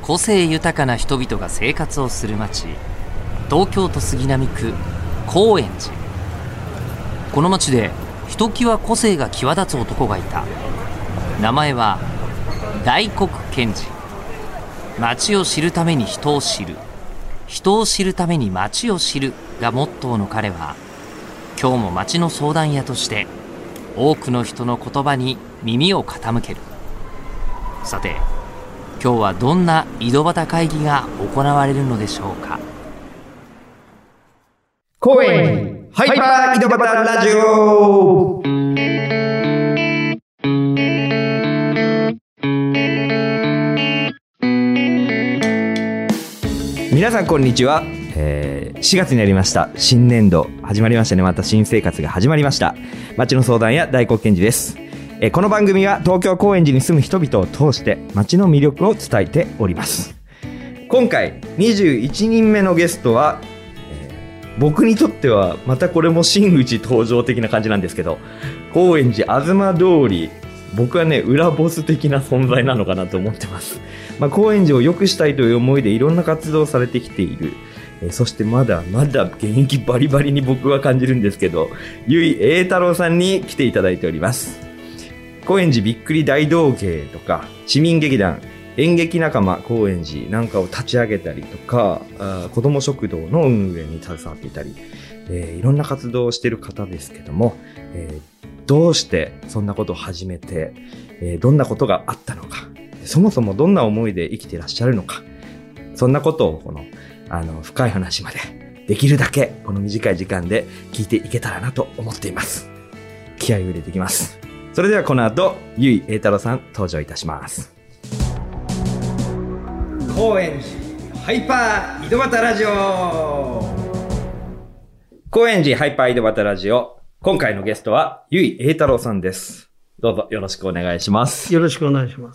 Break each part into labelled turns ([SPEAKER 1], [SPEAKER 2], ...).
[SPEAKER 1] 個性豊かな人々が生活をする町、東京都杉並区高円寺。この町でひときわ個性が際立つ男がいた。名前は大黒賢治。町を知るために人を知る、人を知るために町を知るがモットーの彼は、今日も町の相談屋として多くの人の言葉に耳を傾ける。さて、今日はどんな井戸端会議が行われるのでしょうか。
[SPEAKER 2] 高円ハイパー井戸端ラジオ。皆さんこんにちは。4月になりました。新年度始まりましたね。また新生活が始まりました。町の相談屋大黒賢治です。この番組は東京高円寺に住む人々を通して町の魅力を伝えております。今回21人目のゲストは、僕にとってはまたこれも真打ち登場的な感じなんですけど、高円寺東通り、僕はね裏ボス的な存在なのかなと思ってます。高円寺を良くしたいという思いでいろんな活動をされてきている、そしてまだまだ現役バリバリに僕は感じるんですけど、由井栄太郎さんに来ていただいております。高円寺びっくり大道芸とか市民劇団演劇仲間高円寺なんかを立ち上げたりとか、子ども食堂の運営に携わっていたり、いろんな活動をしている方ですけども、どうしてそんなことを始めて、どんなことがあったのか、そもそもどんな思いで生きていらっしゃるのか、そんなことをこの深い話までできるだけこの短い時間で聞いていけたらなと思っています。気合を入れていきます。それではこの後由井栄太郎さん登場いたします。高円寺ハイパー井戸端ラジオ。高円寺ハイパー井戸端ラジオ、今回のゲストは由井栄太郎さんです。どうぞよろしくお願いします。
[SPEAKER 3] よろしくお願いします。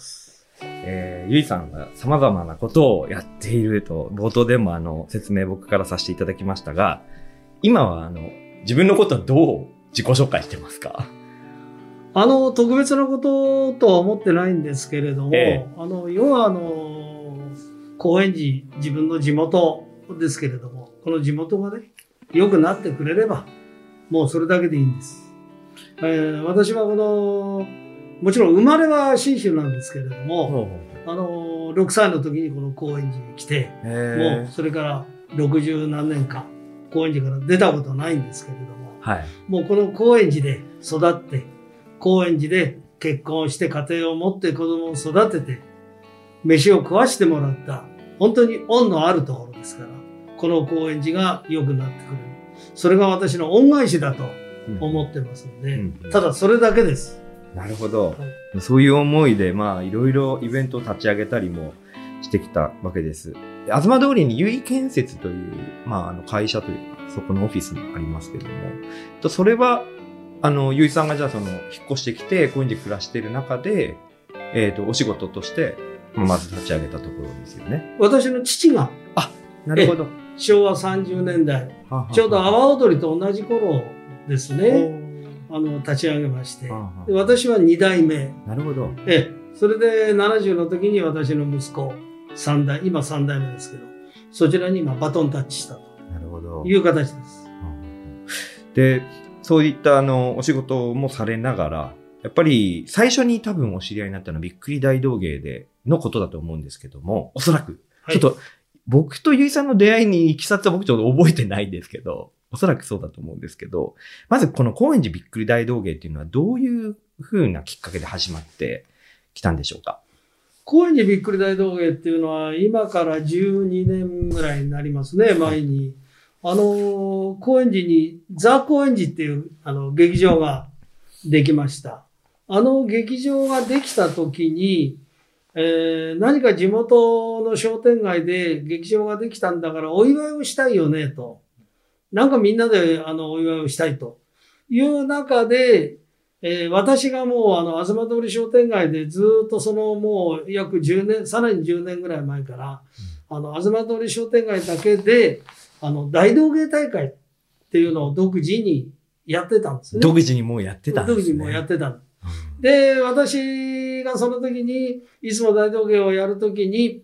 [SPEAKER 2] 由井さんが様々なことをやっていると冒頭でも説明僕からさせていただきましたが、今は自分のことはどう自己紹介してますか？
[SPEAKER 3] 特別なこととは思ってないんですけれども、要は高円寺、自分の地元ですけれども、この地元がね、良くなってくれれば、もうそれだけでいいんです。私はもちろん生まれは信州なんですけれども、6歳の時にこの高円寺に来て、もうそれから60何年間、高円寺から出たことないんですけれども、もうこの高円寺で育って、高円寺で結婚して家庭を持って子供を育てて、飯を食わしてもらった、本当に恩のあるところですから、この高円寺が良くなってくれる。それが私の恩返しだと思ってますので、ただそれだけです。
[SPEAKER 2] なるほど。そういう思いで、いろいろイベントを立ち上げたりもしてきたわけです。東通りに由井建設という、会社というか、そこのオフィスもありますけれども、それは、由井さんがじゃあ引っ越してきて、高円寺暮らしている中で、お仕事として、まず立ち上げたところですよね。
[SPEAKER 3] 私の父が。
[SPEAKER 2] なるほど。
[SPEAKER 3] 昭和30年代。ちょうど阿波踊りと同じ頃ですね。立ち上げまして。で私は2代目。
[SPEAKER 2] なるほど。
[SPEAKER 3] それで70の時に私の息子、今3代目ですけど、そちらに今バトンタッチしたと。
[SPEAKER 2] なるほど。
[SPEAKER 3] いう形です。
[SPEAKER 2] で、そういったお仕事もされながら、やっぱり最初に多分お知り合いになったのはびっくり大道芸でのことだと思うんですけども、おそらく、ちょっと僕と由井さんの出会いにいきさつは僕ちょっと覚えてないんですけど、おそらくそうだと思うんですけど、まずこの高円寺びっくり大道芸っていうのはどういう風なきっかけで始まってきたんでしょうか？
[SPEAKER 3] 高円寺びっくり大道芸っていうのは今から12年ぐらいになりますね、前に。高円寺にザ・高円寺っていう劇場ができました。劇場ができた時に、何か地元の商店街で劇場ができたんだからお祝いをしたいよねと。なんかみんなでお祝いをしたいという中で、私がもう東通り商店街でずっともう約10年、さらに10年ぐらい前から、東通り商店街だけで、大道芸大会っていうのを独自にやってたんですね。
[SPEAKER 2] 独自にもうやってたんですね。
[SPEAKER 3] 独自にもうやってた。で、私がその時に、いつも大道芸をやる時に、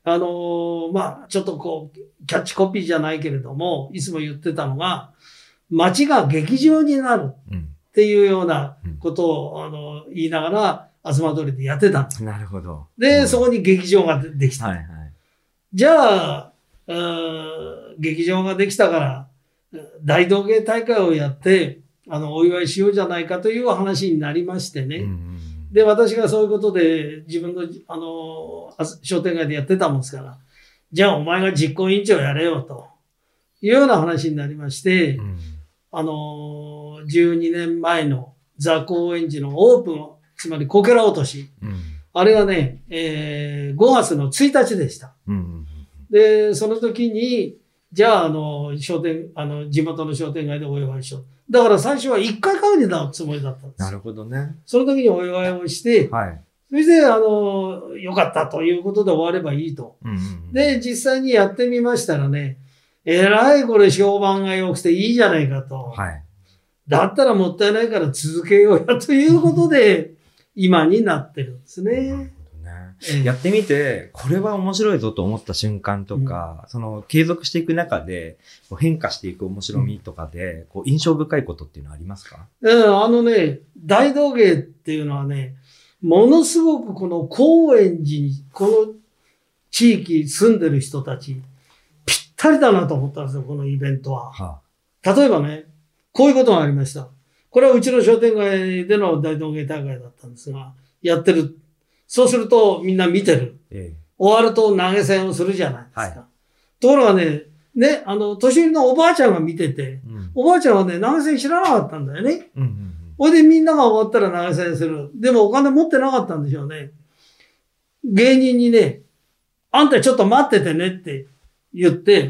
[SPEAKER 3] ちょっとこう、キャッチコピーじゃないけれども、いつも言ってたのが、街が劇場になるっていうようなことを、言いながら、東通りでやってたんです。
[SPEAKER 2] なるほど。
[SPEAKER 3] で、そこに劇場ができた。
[SPEAKER 2] はいはい。
[SPEAKER 3] じゃあ、劇場ができたから、大道芸大会をやって、お祝いしようじゃないかという話になりましてね。で、私がそういうことで自分の、商店街でやってたもんですから、じゃあお前が実行委員長やれよというような話になりまして、12年前のザ・高円寺のオープン、つまりこけら落とし、あれがね、5月の1日でした。で、その時に、じゃあ、地元の商店街でお祝いしよう。だから最初は1回限りのつもりだったんです。
[SPEAKER 2] なるほどね。
[SPEAKER 3] その時にお祝いをして、はい、それで、よかったということで終わればいいと。で、実際にやってみましたらね、えらいこれ評判が良くていいじゃないかと。はい、だったらもったいないから続けようやということで、今になってるんですね。
[SPEAKER 2] やってみて、これは面白いぞと思った瞬間とか、その継続していく中で、変化していく面白みとかで、印象深いことっていうのはありますか？
[SPEAKER 3] 大道芸っていうのはね、ものすごくこの高円寺に、この地域住んでる人たち、ぴったりだなと思ったんですよ、このイベントは。例えばね、こういうことがありました。これはうちの商店街での大道芸大会だったんですが、やってる。そうするとみんな見てる。終わると投げ銭をするじゃないですか。はい、ところがね、年寄りのおばあちゃんが見てて、おばあちゃんはね、投げ銭知らなかったんだよね。それでみんなが終わったら投げ銭する。でもお金持ってなかったんでしょうね。芸人にね、あんたちょっと待っててねって言って、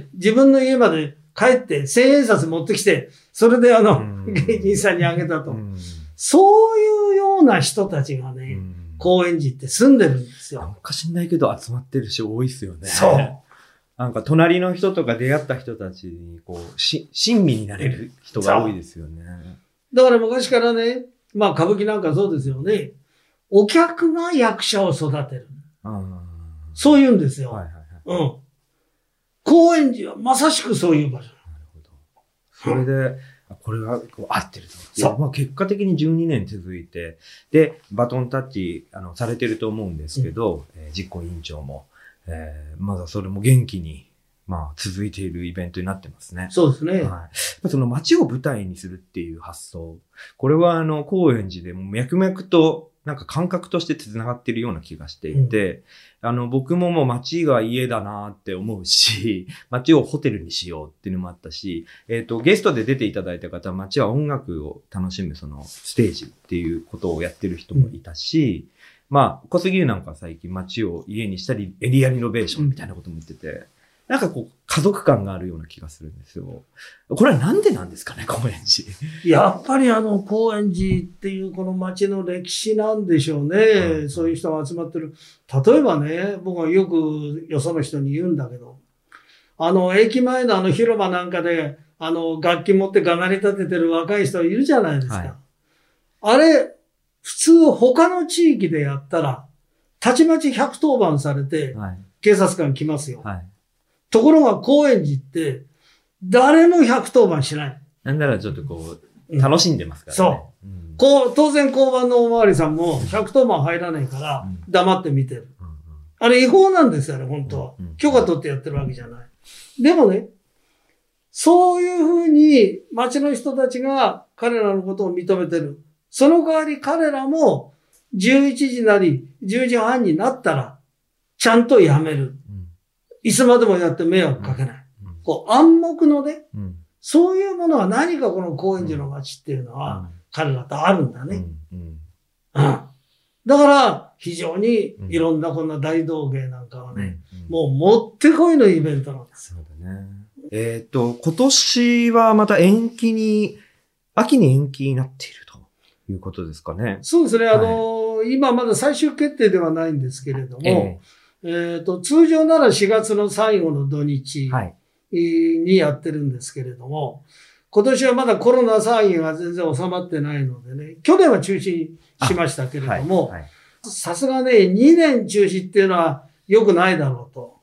[SPEAKER 3] 自分の家まで帰って千円札持ってきて、それで芸人さんにあげたと。そういうような人たちがね、高円寺って住んでるんですよ。
[SPEAKER 2] なんか知んないけど集まってる人多いっすよね。
[SPEAKER 3] そう。
[SPEAKER 2] なんか隣の人とか出会った人たちに親身になれる人が多いですよね。
[SPEAKER 3] だから昔からね、歌舞伎なんかそうですよね。お客が役者を育てる。そう言うんですよ。高円寺はまさしくそういう場所。なる
[SPEAKER 2] ほど。それで、これは合ってると。そう。結果的に12年続いて、で、バトンタッチ、されてると思うんですけど、実行委員長も、まだそれも元気に、続いているイベントになってますね。
[SPEAKER 3] そうですね。
[SPEAKER 2] はい。その街を舞台にするっていう発想。これは高円寺でも脈々と、なんか感覚として繋がっているような気がしていて、僕ももう街が家だなって思うし、街をホテルにしようっていうのもあったし、ゲストで出ていただいた方は街は音楽を楽しむそのステージっていうことをやってる人もいたし、小杉湯なんか最近街を家にしたり、エリアリノベーションみたいなことも言ってて、なんか家族感があるような気がするんですよ。これはなんでなんですかね、高円寺。
[SPEAKER 3] やっぱり高円寺っていうこの街の歴史なんでしょうね。そういう人が集まってる。例えばね、僕はよくよその人に言うんだけど、駅前の広場なんかで、楽器持ってがなり立ててる若い人いるじゃないですか。はい、あれ、普通他の地域でやったら、たちまち110番されて、警察官来ますよ。はい、ところが高円寺って、誰も110番しない。
[SPEAKER 2] なんならちょっと楽しんでますからね。
[SPEAKER 3] そう。当然交番のおまわりさんも110番入らないから、黙って見てる。あれ違法なんですよね、本当は。許可取ってやってるわけじゃない。でもね、そういうふうに街の人たちが彼らのことを認めてる。その代わり彼らも11時なり10時半になったら、ちゃんとやめる。いつまでもやって迷惑かけない。暗黙のね、そういうものは何かこの高円寺の街っていうのは、彼らとあるんだね。だから、非常にいろんなこんな大道芸なんかはね、もうもってこいのイベントなんです。
[SPEAKER 2] そうだね。今年はまた秋に延期になっているということですかね。
[SPEAKER 3] そうですね。今まだ最終決定ではないんですけれども、通常なら4月の最後の土日にやってるんですけれども、今年はまだコロナ騒ぎが全然収まってないのでね、去年は中止にしましたけれども、さすがね、2年中止っていうのは良くないだろうと。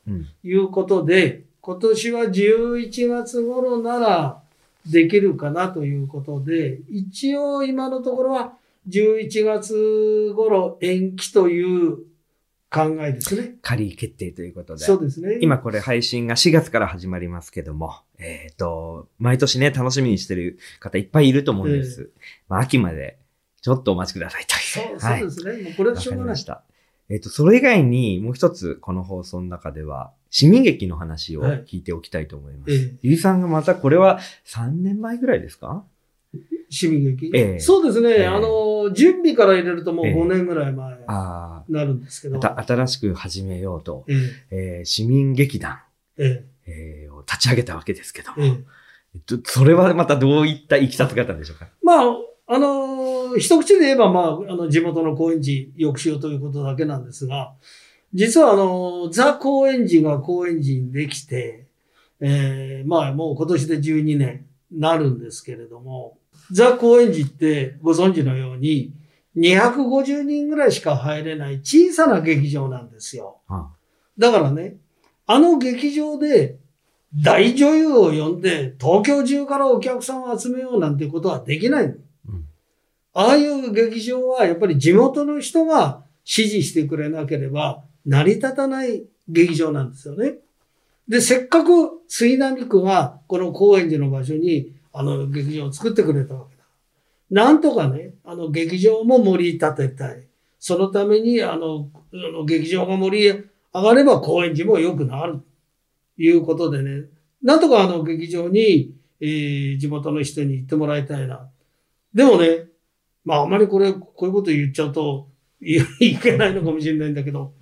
[SPEAKER 3] いうことで、今年は11月頃ならできるかなということで、一応今のところは11月頃延期という考えですね。
[SPEAKER 2] 仮決定ということで。
[SPEAKER 3] そうですね。
[SPEAKER 2] 今これ配信が4月から始まりますけども、毎年ね、楽しみにしてる方いっぱいいると思うんです。秋までちょっとお待ちくださいという。
[SPEAKER 3] そうですね。もうこれはしょうがない。
[SPEAKER 2] わかりました。それ以外にもう一つこの放送の中では、市民劇の話を聞いておきたいと思います。ゆいさんがまたこれは3年前ぐらいですか？
[SPEAKER 3] 市民劇、そうですね、準備から入れるともう5年ぐらい前になるんですけど。
[SPEAKER 2] 新しく始めようと、市民劇団、を立ち上げたわけですけども、それはまたどういったいきさつがあったんでしょうか？
[SPEAKER 3] まあ、一口で言えば、まあ、地元の高円寺良くしようということだけなんですが、実はザ・高円寺が高円寺にできて、まあ、もう今年で12年なるんですけれども、ザ・高円寺ってご存知のように、250人ぐらいしか入れない小さな劇場なんですよ。だからね、劇場で大女優を呼んで東京中からお客さんを集めようなんてことはできない。ああいう劇場はやっぱり地元の人が支持してくれなければ成り立たない劇場なんですよね。で、せっかく杉並区がこの高円寺の場所に劇場を作ってくれたわけだ。なんとかね、劇場も盛り立てたい。そのために、劇場が盛り上がれば高円寺も良くなる。ということでね、なんとか劇場に、地元の人に行ってもらいたいな。でもね、まああまりこういうこと言っちゃうといけないのかもしれないんだけど、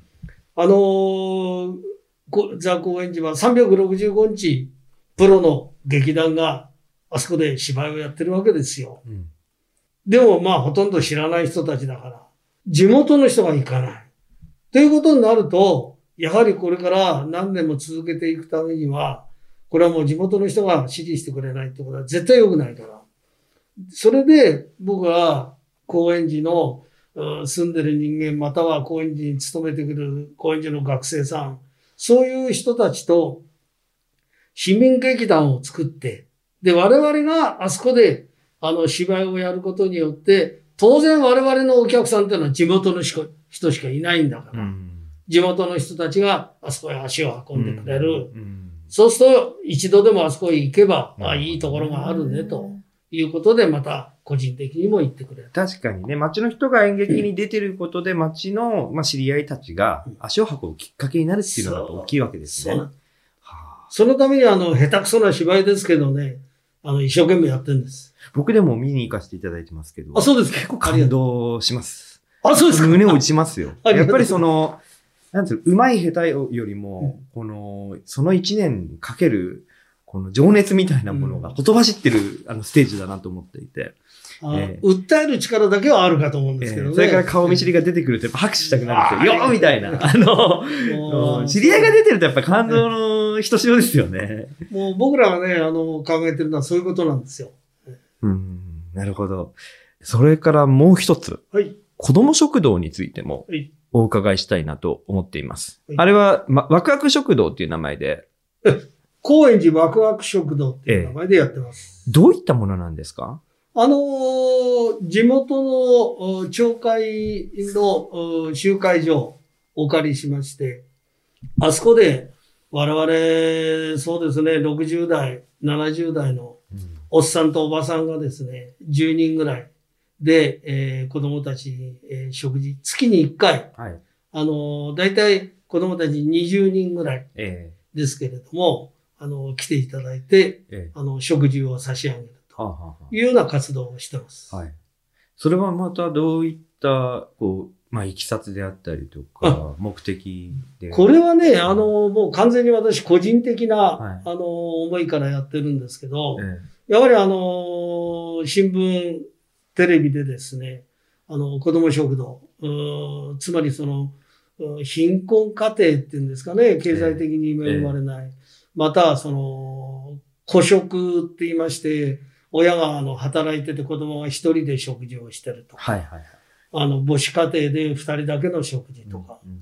[SPEAKER 3] ザ・高円寺は365日プロの劇団があそこで芝居をやってるわけですよ。でもまあほとんど知らない人たちだから、地元の人が行かない。ということになると、やはりこれから何年も続けていくためには、これはもう地元の人が支持してくれないってことは絶対良くないから。それで僕は高円寺の住んでる人間、または高円寺に勤めてくる高円寺の学生さん、そういう人たちと市民劇団を作って、で、我々があそこで芝居をやることによって、当然我々のお客さんっていうのは地元の人しかいないんだから、地元の人たちがあそこへ足を運んでくれる。そうすると一度でもあそこへ行けば、いいところがあるねということで、また個人的にも行ってくれる。
[SPEAKER 2] 確かにね、町の人が演劇に出てることで、町の、知り合いたちが足を運ぶきっかけになるっていうのが大きいわけですね。
[SPEAKER 3] そのために下手くそな芝居ですけどね、一生懸命やってるんです。
[SPEAKER 2] 僕でも見に行かせていただいてますけど。
[SPEAKER 3] そうですか。
[SPEAKER 2] 結構感動します。
[SPEAKER 3] そうですか。
[SPEAKER 2] 胸を打ちますよ。やっぱりなんていうの、上手い下手よりも、その一年かける、この情熱みたいなものがほとばしってる、ステージだなと思っていて。
[SPEAKER 3] 訴える力だけはあるかと思うんですけどね。
[SPEAKER 2] それから顔見知りが出てくるとやっぱ拍手したくなるんですよ。よーみたいな。知り合いが出てるとやっぱ感動のひとしおですよね。
[SPEAKER 3] もう僕らがね、考えてるのはそういうことなんですよ。
[SPEAKER 2] なるほど。それからもう一つ。子供食堂についてもお伺いしたいなと思っています。あれは、ワクワク食堂っていう名前で。
[SPEAKER 3] 高円寺ワクワク食堂っていう名前でやってます。
[SPEAKER 2] どういったものなんですか？
[SPEAKER 3] 地元の町会の集会所をお借りしまして、あそこで我々、そうですね、60代、70代のおっさんとおばさんがですね、10人ぐらいで、子供たちに、食事、月に1回、だいたい子供たち20人ぐらいですけれども、来ていただいて、食事を差し上げるというような活動をしてます。
[SPEAKER 2] それはまたどういった、いきさつであったりとか、目的で。
[SPEAKER 3] これはね、もう完全に私個人的な、思いからやってるんですけど、やはり新聞、テレビでですね、子供食堂、つまり貧困家庭っていうんですかね、経済的に恵まれない。また、孤食って言いまして、親が働いてて子供が一人で食事をしてるとか、母子家庭で二人だけの食事とか、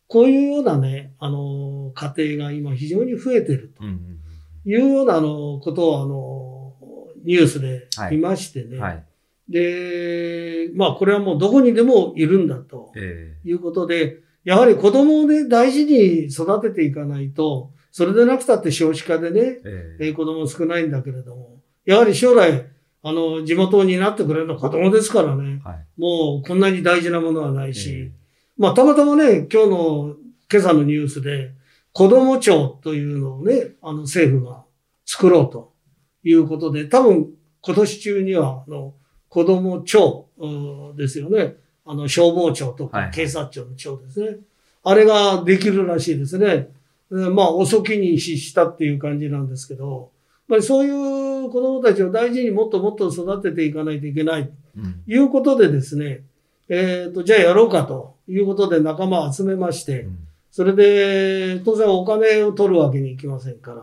[SPEAKER 3] こういうようなね、家庭が今非常に増えてるというようなことをニュースで見ましてね。はいはい、で、まあこれはもうどこにでもいるんだということで、やはり子供をね、大事に育てていかないと、それでなくたって少子化でね、子供少ないんだけれども、やはり将来、地元を担ってくれるのは子供ですからね、はい、もうこんなに大事なものはないし、まあたまたまね、今朝のニュースで、子供庁というのをね、政府が作ろうということで、多分今年中には、子供庁ですよね。消防庁とか警察庁の庁ですね。はい、あれができるらしいですね。まあ遅きに失したっていう感じなんですけど、まあ、そういう子供たちを大事にもっともっと育てていかないといけないということでですね、じゃあやろうかということで仲間を集めまして、それで当然お金を取るわけにいきませんから、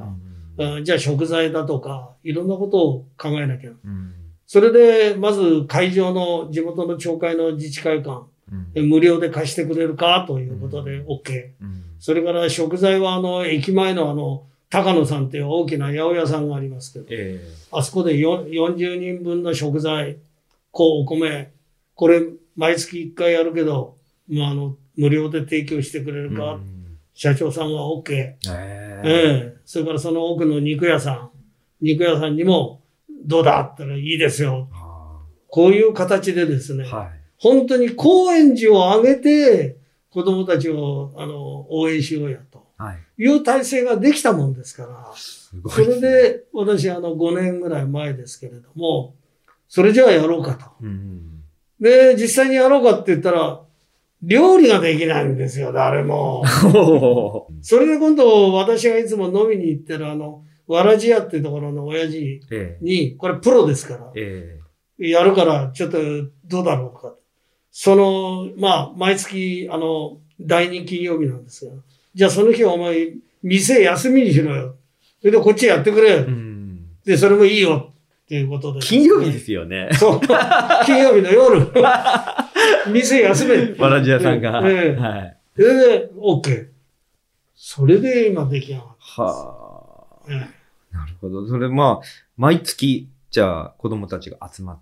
[SPEAKER 3] じゃあ食材だとかいろんなことを考えなきゃ。それでまず会場の地元の町会の自治会館、無料で貸してくれるかということで OK。それから食材は駅前の高野さんっていう大きな八百屋さんがありますけど、あそこで40人分の食材、お米、これ毎月1回やるけど、無料で提供してくれるか、社長さんが OK。それからその奥の肉屋さんにもどうだったらいいですよ。こういう形でですね、はい、本当に高円寺を挙げて子供たちを応援しようやという体制ができたもんですから、それで私5年ぐらい前ですけれども、それじゃあやろうかと。で、実際にやろうかって言ったら、料理ができないんですよ、誰も。それで今度私がいつも飲みに行ってるわらじ屋っていうところの親父に、これプロですから、やるからちょっとどうだろうか。毎月第2金曜日なんですが、じゃあその日はお前店休みにしろよ。それでこっちやってくれよ。で、それもいいよっていうことで、
[SPEAKER 2] 金曜日ですよね。
[SPEAKER 3] そう。金曜日の夜。店休め。
[SPEAKER 2] わらじ屋さんが。はい。
[SPEAKER 3] それで、OK。それで今出来上がった。
[SPEAKER 2] はあ。なるほど。それ毎月、じゃあ子供たちが集まって。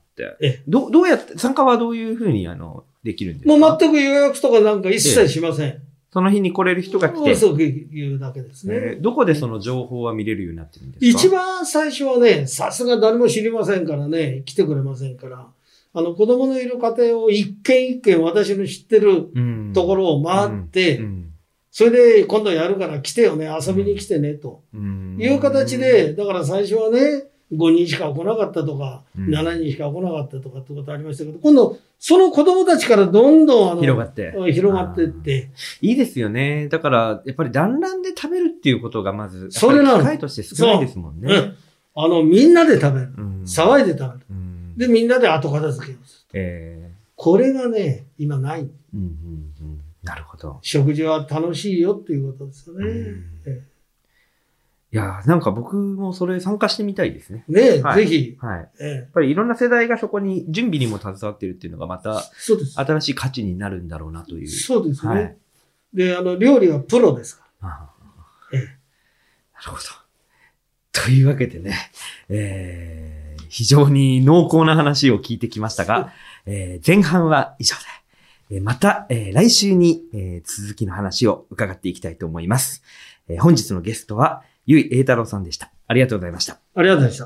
[SPEAKER 2] どうやって、参加はどういうふうにできるんですか？
[SPEAKER 3] もう全く予約とかなんか一切しません。
[SPEAKER 2] その日に来れる人が来て。
[SPEAKER 3] そういうだけですね。
[SPEAKER 2] どこでその情報は見れるようになってるんですか？
[SPEAKER 3] 一番最初はね、さすが誰も知りませんからね、来てくれませんから、子供のいる家庭を一軒一軒私の知ってるところを回って、それで今度やるから来てよね、遊びに来てね、という形で、だから最初はね、5人しか来なかったとか、7人しか来なかったとかってことありましたけど、今度、その子供たちからどんどん
[SPEAKER 2] 広がって
[SPEAKER 3] いって。
[SPEAKER 2] いいですよね。だから、やっぱり団らんで食べるっていうことがまず、
[SPEAKER 3] それなの。
[SPEAKER 2] 機会として少ないですもんね。
[SPEAKER 3] みんなで食べる。騒いで食べる。で、みんなで後片付けをする。これがね、今ない。
[SPEAKER 2] なるほど。
[SPEAKER 3] 食事は楽しいよっていうことですよね。
[SPEAKER 2] いやなんか僕もそれ参加してみたいですね。
[SPEAKER 3] ねえ、ぜひ。
[SPEAKER 2] はい。やっぱりいろんな世代がそこに準備にも携わっているっていうのがまた、新しい価値になるんだろうなという。
[SPEAKER 3] そうですね。で、料理はプロですから。
[SPEAKER 2] なるほど。というわけでね、非常に濃厚な話を聞いてきましたが、前半は以上で、また、来週に、続きの話を伺っていきたいと思います。本日のゲストは、由井栄太郎さんでした。ありがとうございました。
[SPEAKER 3] ありがとうございました。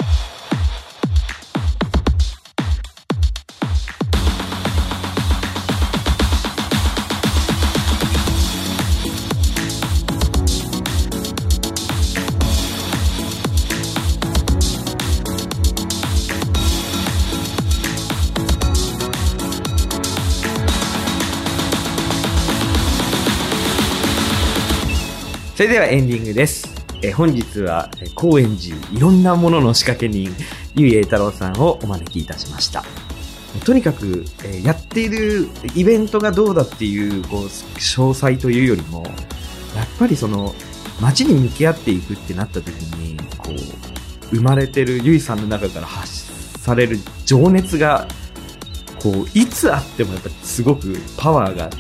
[SPEAKER 2] それではエンディングです。本日は高円寺いろんなものの仕掛け人由井栄太郎さんをお招きいたしました。とにかくやっているイベントがどうだっていう詳細というよりもやっぱりその街に向き合っていくってなった時に生まれてる由井さんの中から発される情熱がこういつあってもやっぱすごくパワーがあって、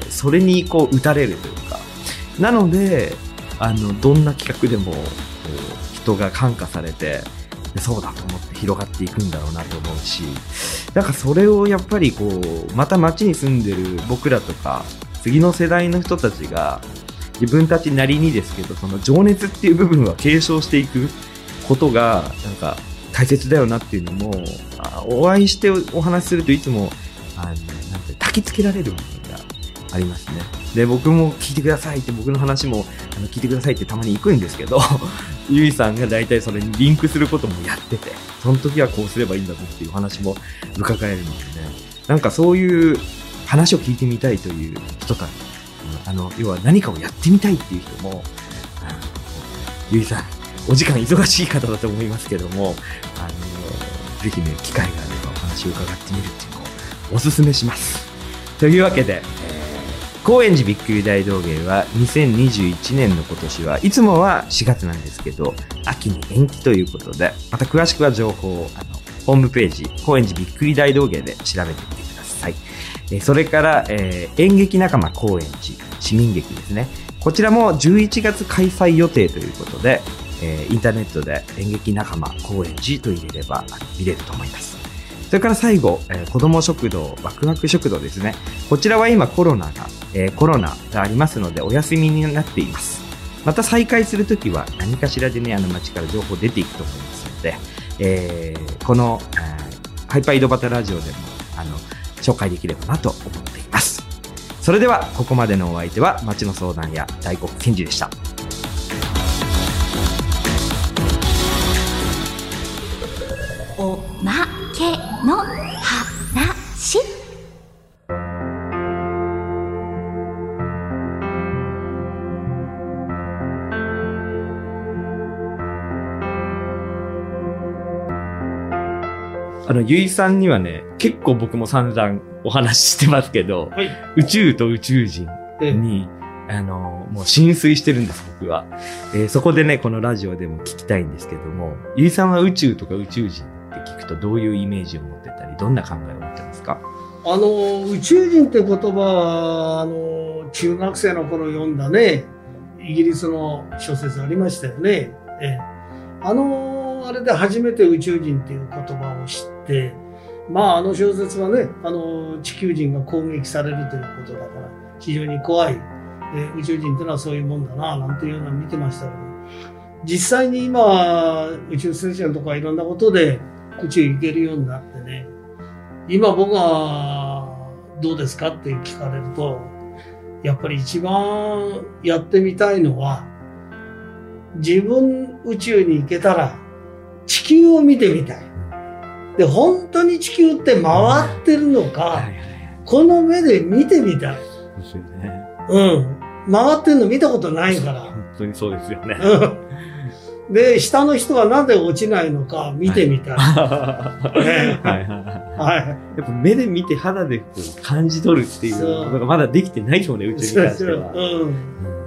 [SPEAKER 2] それにこう打たれるというか、なのでどんな企画でもこう人が感化されて、そうだと思って広がっていくんだろうなと思うし、なんかそれをやっぱりこうまた街に住んでる僕らとか次の世代の人たちが自分たちなりにですけど、その情熱っていう部分は継承していくことがなんか大切だよなっていうのも、お会いしてお話しするといつもなんて焚きつけられる部分がありますね。で、僕も聞いてくださいって、僕の話も聞いてくださいってたまに行くんですけどゆいさんが大体それにリンクすることもやってて、その時はこうすればいいんだぞっていう話も伺えるのでね、なんかそういう話を聞いてみたいという人たち、要は何かをやってみたいっていう人も、ゆいさんお時間忙しい方だと思いますけども、ぜひね、機会があればお話を伺ってみるっていうのをお勧めします。というわけで、高円寺びっくり大道芸は2021年の今年はいつもは4月なんですけど、秋に延期ということで、また詳しくは情報をホームページ高円寺びっくり大道芸で調べてみてください。それから、演劇仲間高円寺市民劇ですね、こちらも11月開催予定ということで、インターネットで演劇仲間高円寺と入れれば見れると思います。それから最後、子ども食堂ワクワク食堂ですね、こちらは今コロナがありますのでお休みになっています。また再開するときは何かしらでね、街から情報出ていくと思いますので、この、ハイパー井戸端ラジオでも紹介できればなと思っています。それではここまでのお相手は町の相談屋大黒賢治でした。
[SPEAKER 4] おまけの話。
[SPEAKER 2] ゆいさんにはね、結構僕も散々お話ししてますけど、
[SPEAKER 3] はい。
[SPEAKER 2] 宇宙と宇宙人に、もう浸水してるんです、僕は。そこでね、このラジオでも聞きたいんですけども、ゆいさんは宇宙とか宇宙人って聞くとどういうイメージを持ってたり、どんな考えを持ってますか？
[SPEAKER 3] 宇宙人って言葉は、中学生の頃読んだね、イギリスの小説ありましたよね。あれで初めて宇宙人っていう言葉を知って、まあ小説はね、地球人が攻撃されるということだから、非常に怖い。宇宙人ってのはそういうもんだな、なんていうのを見てましたけど、実際に今、宇宙ステーションとかいろんなことで宇宙行けるようになってね、今僕はどうですかって聞かれると、やっぱり一番やってみたいのは、自分宇宙に行けたら地球を見てみたい。で、本当に地球って回ってるのか、この目で見てみたい。
[SPEAKER 2] そうですよね。
[SPEAKER 3] うん。回ってるの見たことないから。
[SPEAKER 2] 本当にそうですよね。
[SPEAKER 3] で、下の人はなんで落ちないのか見てみたい。
[SPEAKER 2] やっぱ目で見て肌でこう感じ取るっていうことがまだできてないと思うね、宇宙に関しては。